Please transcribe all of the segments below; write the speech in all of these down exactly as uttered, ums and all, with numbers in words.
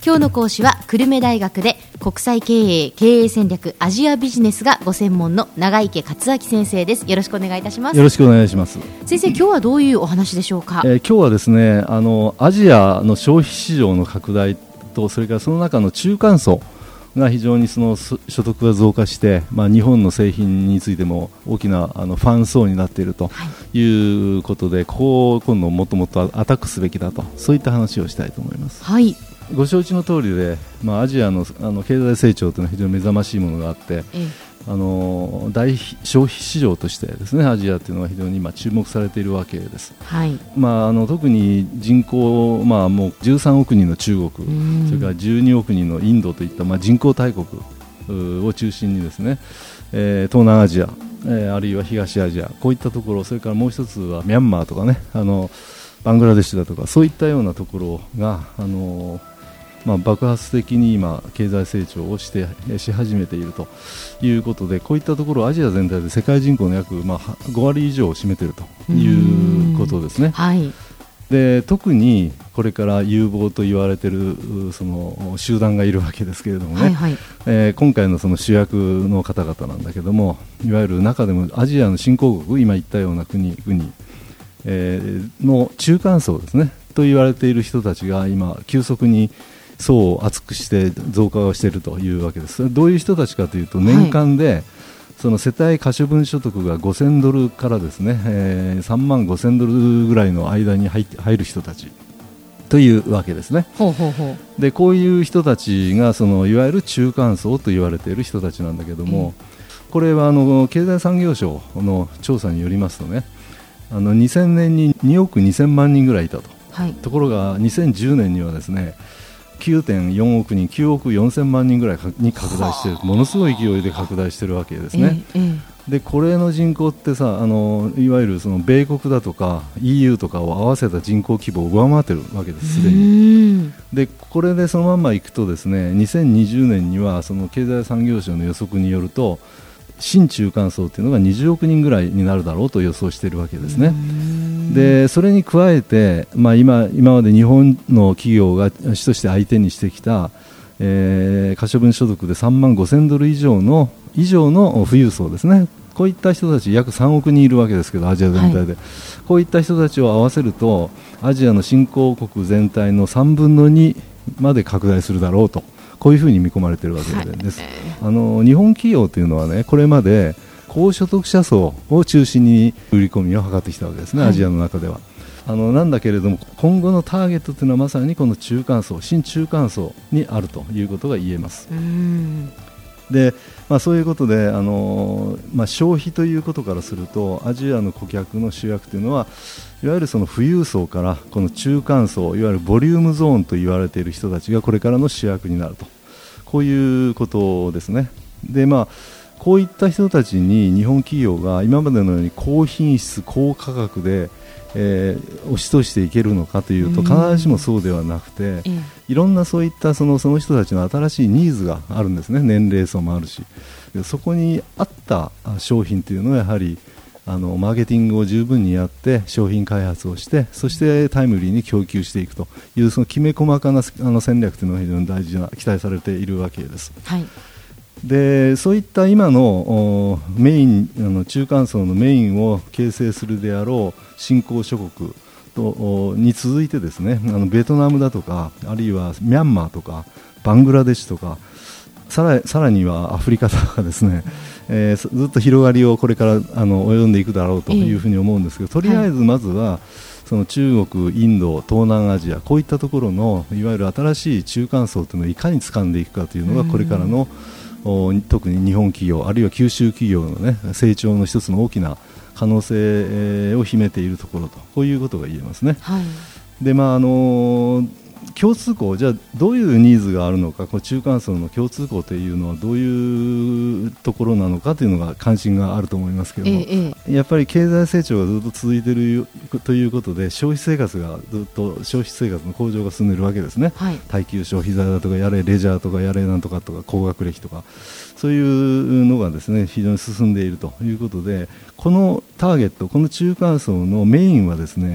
今日の講師は久留米大学で国際経営経営戦略アジアビジネスがご専門の永池克明先生です。よろしくお願いいたします。 よろしくお願いします。 先生、今日はどういうお話でしょうか。 えー、今日はですね、あのアジアの消費市場の拡大と、それからその中の中間層が非常にその所得が増加して、まあ、日本の製品についても大きなあのファン層になっているということで、はい、ここを今度もっともっとアタックすべきだと、そういった話をしたいと思います。 はい、 ご承知の通りで、まあ、アジア の, あの経済成長というのは非常に目覚ましいものがあって、ええ、あの大消費市場としてですね、アジアというのは非常に今注目されているわけです。はい、まあ、あの特に人口、まあ、もうじゅうさんおくにんの中国、それからじゅうにおくにんのインドといった、まあ、人口大国を中心にですね、えー、東南アジア、えー、あるいは東アジア、こういったところ、それからもう一つはミャンマーとかね、あのバングラデシュだとか、そういったようなところがあのまあ、爆発的に今経済成長をしてし始めているということで、こういったところアジア全体で世界人口の約、まあ、ごわり以上を占めているということですね。はい、で特にこれから有望と言われているその集団がいるわけですけれどもね、はいはい、えー、今回のその主役の方々なんだけども、いわゆる中でもアジアの新興国、今言ったような国々、えー、の中間層ですねと言われている人たちが今急速に層を厚くして増加をしているというわけです。どういう人たちかというと、年間で、はい、その世帯可処分所得がごせんドルからですね、えー、さんまんごせんドルぐらいの間に 入, 入る人たちというわけですね。ほうほうほう。でこういう人たちがそのいわゆる中間層と言われている人たちなんだけども、うん、これはあの経済産業省の調査によりますとね、あのにせんねんににおくにせんまんにんぐらいいたと、はい、ところがにせんじゅうねんにはですねきゅうてんよんおくにん、きゅうおくよんせんまんにんぐらいに拡大している、ものすごい勢いで拡大しているわけですね。えーえー、でこれの人口ってさ、あのいわゆるその米国だとか イーユー とかを合わせた人口規模を上回っているわけです、すでに。でこれでそのままいくとですね、にせんにじゅうねんにはその経済産業省の予測によると、新中間層というのがにじゅうおくにんぐらいになるだろうと予想しているわけですね。でそれに加えて、まあ、今, 今まで日本の企業が主として相手にしてきた、えー、可処分所得でさんまんごせんドル以上の以上の富裕層ですね、こういった人たち約さんおくにんいるわけですけど、アジア全体で、はい、こういった人たちを合わせるとアジアの新興国全体のさんぶんのにまで拡大するだろうと、こういうふうに見込まれているわけです。はい、あの日本企業というのはね、これまで高所得者層を中心に売り込みを図ってきたわけですね、はい、アジアの中では。あのなんだけれども、今後のターゲットというのはまさにこの中間層、新中間層にあるということが言えます。うーんで、まあ、そういうことで、あの、まあ、消費ということからすると、アジアの顧客の主役というのはいわゆるその富裕層からこの中間層、いわゆるボリュームゾーンと言われている人たちがこれからの主役になると、こういうことですね。で、まあこういった人たちに日本企業が今までのように高品質高価格で、えー、押し通していけるのかというと、必ずしもそうではなくて、うん、いろんなそういったその、その人たちの新しいニーズがあるんですね。年齢層もあるし、そこに合った商品というのはやはりあのマーケティングを十分にやって商品開発をして、そしてタイムリーに供給していくという、そのきめ細かなあの戦略というのが非常に大事な、期待されているわけです。はい、でそういった今のメイン、あの中間層のメインを形成するであろう新興諸国とに続いてですね、あのベトナムだとか、あるいはミャンマーとかバングラデシュとか、さら、さらにはアフリカとかですね、えー、ずっと広がりをこれからあの及んでいくだろうというふうに思うんですけど、とりあえずまずはその中国、インド、東南アジア、こういったところのいわゆる新しい中間層というのをいかに掴んでいくかというのがこれからの特に日本企業、あるいは九州企業の、ね、成長の一つの大きな可能性を秘めているところと、こういうことが言えますね。はい、で、まああの共通項、じゃあどういうニーズがあるのか、この中間層の共通項というのはどういうところなのかというのが関心があると思いますけども、ええ、やっぱり経済成長がずっと続いているということで、消費生活がずっと消費生活の向上が進んでいるわけですね。はい、耐久消費財だとか、やれレジャーとか、やれなんとかとか、高学歴とか、そういうのがですね非常に進んでいるということで、このターゲット、この中間層のメインはですね、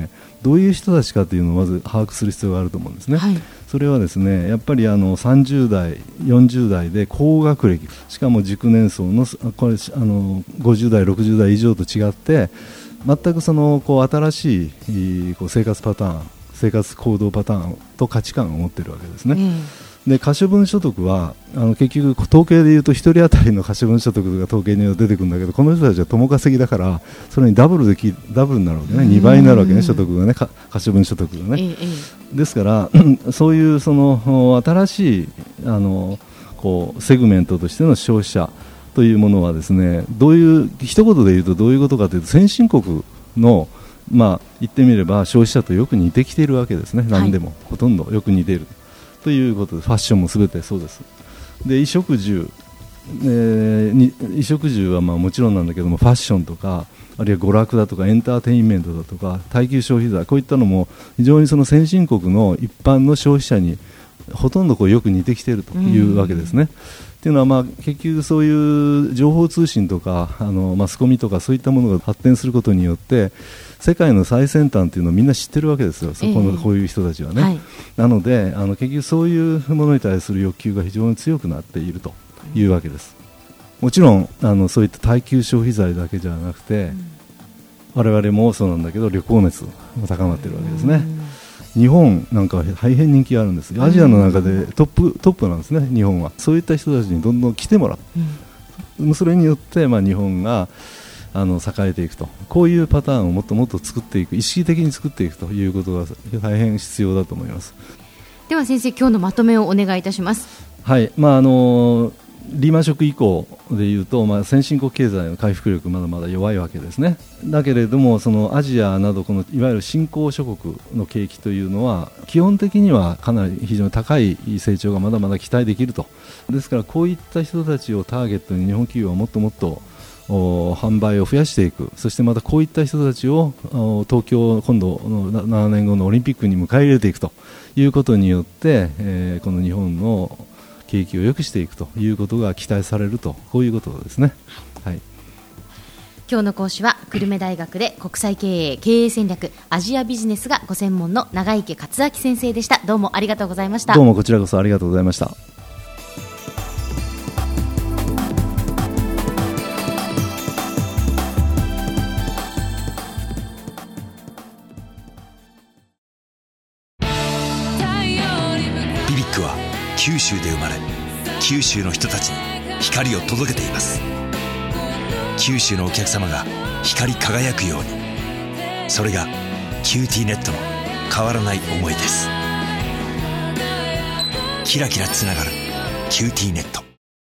どういう人たちかというのをまず把握する必要があると思うんですね、 はい、 それはですねやっぱりあのさんじゅう代よんじゅう代で高学歴、しかも熟年層のこれあのごじゅう代ろくじゅう代以上と違って全くそのこう新しいこう生活パターン、生活行動パターンと価値観を持っているわけですね、うんで可処分所得はあの結局統計でいうとひとり当たりの可処分所得が統計には出てくるんだけど、この人たちは共稼ぎだからそれにダブルできダブルになるわけね、にばいになるわけね、所得がね、可処分所得がね、ええ、ですからそういうその新しいあのこうセグメントとしての消費者というものはですね、どういう一言で言うとどういうことかというと、先進国のまあ言ってみれば消費者とよく似てきているわけですね。何でも、はい、ほとんどよく似ているということで、ファッションもすべてそうです。で衣食住、えー、に衣食住はまあもちろんなんだけども、ファッションとかあるいは娯楽だとかエンターテインメントだとか耐久消費財、こういったのも非常にその先進国の一般の消費者にほとんどこうよく似てきているというわけですね。というのはまあ結局そういう情報通信とかあのマスコミとかそういったものが発展することによって世界の最先端というのをみんな知ってるわけですよ、そこのこういう人たちはね、はい、なのであの結局そういうものに対する欲求が非常に強くなっているというわけです。もちろんあのそういった耐久消費財だけじゃなくて、うん、我々もそうなんだけど旅行熱も高まっているわけですね。日本なんかは大変人気があるんです。アジアの中でトップ、トップなんですね、日本は。そういった人たちにどんどん来てもらう、うん、それによって、まあ、日本があの栄えていくと、こういうパターンをもっともっと作っていく、意識的に作っていくということが大変必要だと思います。 では先生、今日のまとめをお願いいたします。 はい、まああのリーマンショック以降でいうと、まあ、先進国経済の回復力まだまだ弱いわけですね。だけれどもそのアジアなどこのいわゆる新興諸国の景気というのは基本的にはかなり非常に高い成長がまだまだ期待できると。ですからこういった人たちをターゲットに日本企業はもっともっと販売を増やしていく、そしてまたこういった人たちを東京今度のななねんごのオリンピックに迎え入れていくということによって、えー、この日本の景気を良くしていくということが期待されると、こういうことですね。はい、 今日の講師は久留米大学で国際経営経営戦略アジアビジネスがご専門の永池克明先生でした。どうもありがとうございました。 どうもこちらこそありがとうございました。 ビビックは九州で生まれ、九州の人たちに光を届けています。九州のお客様が光り輝くように、それがキューティーネットの変わらない思いです。キラキラつながるキューティーネット。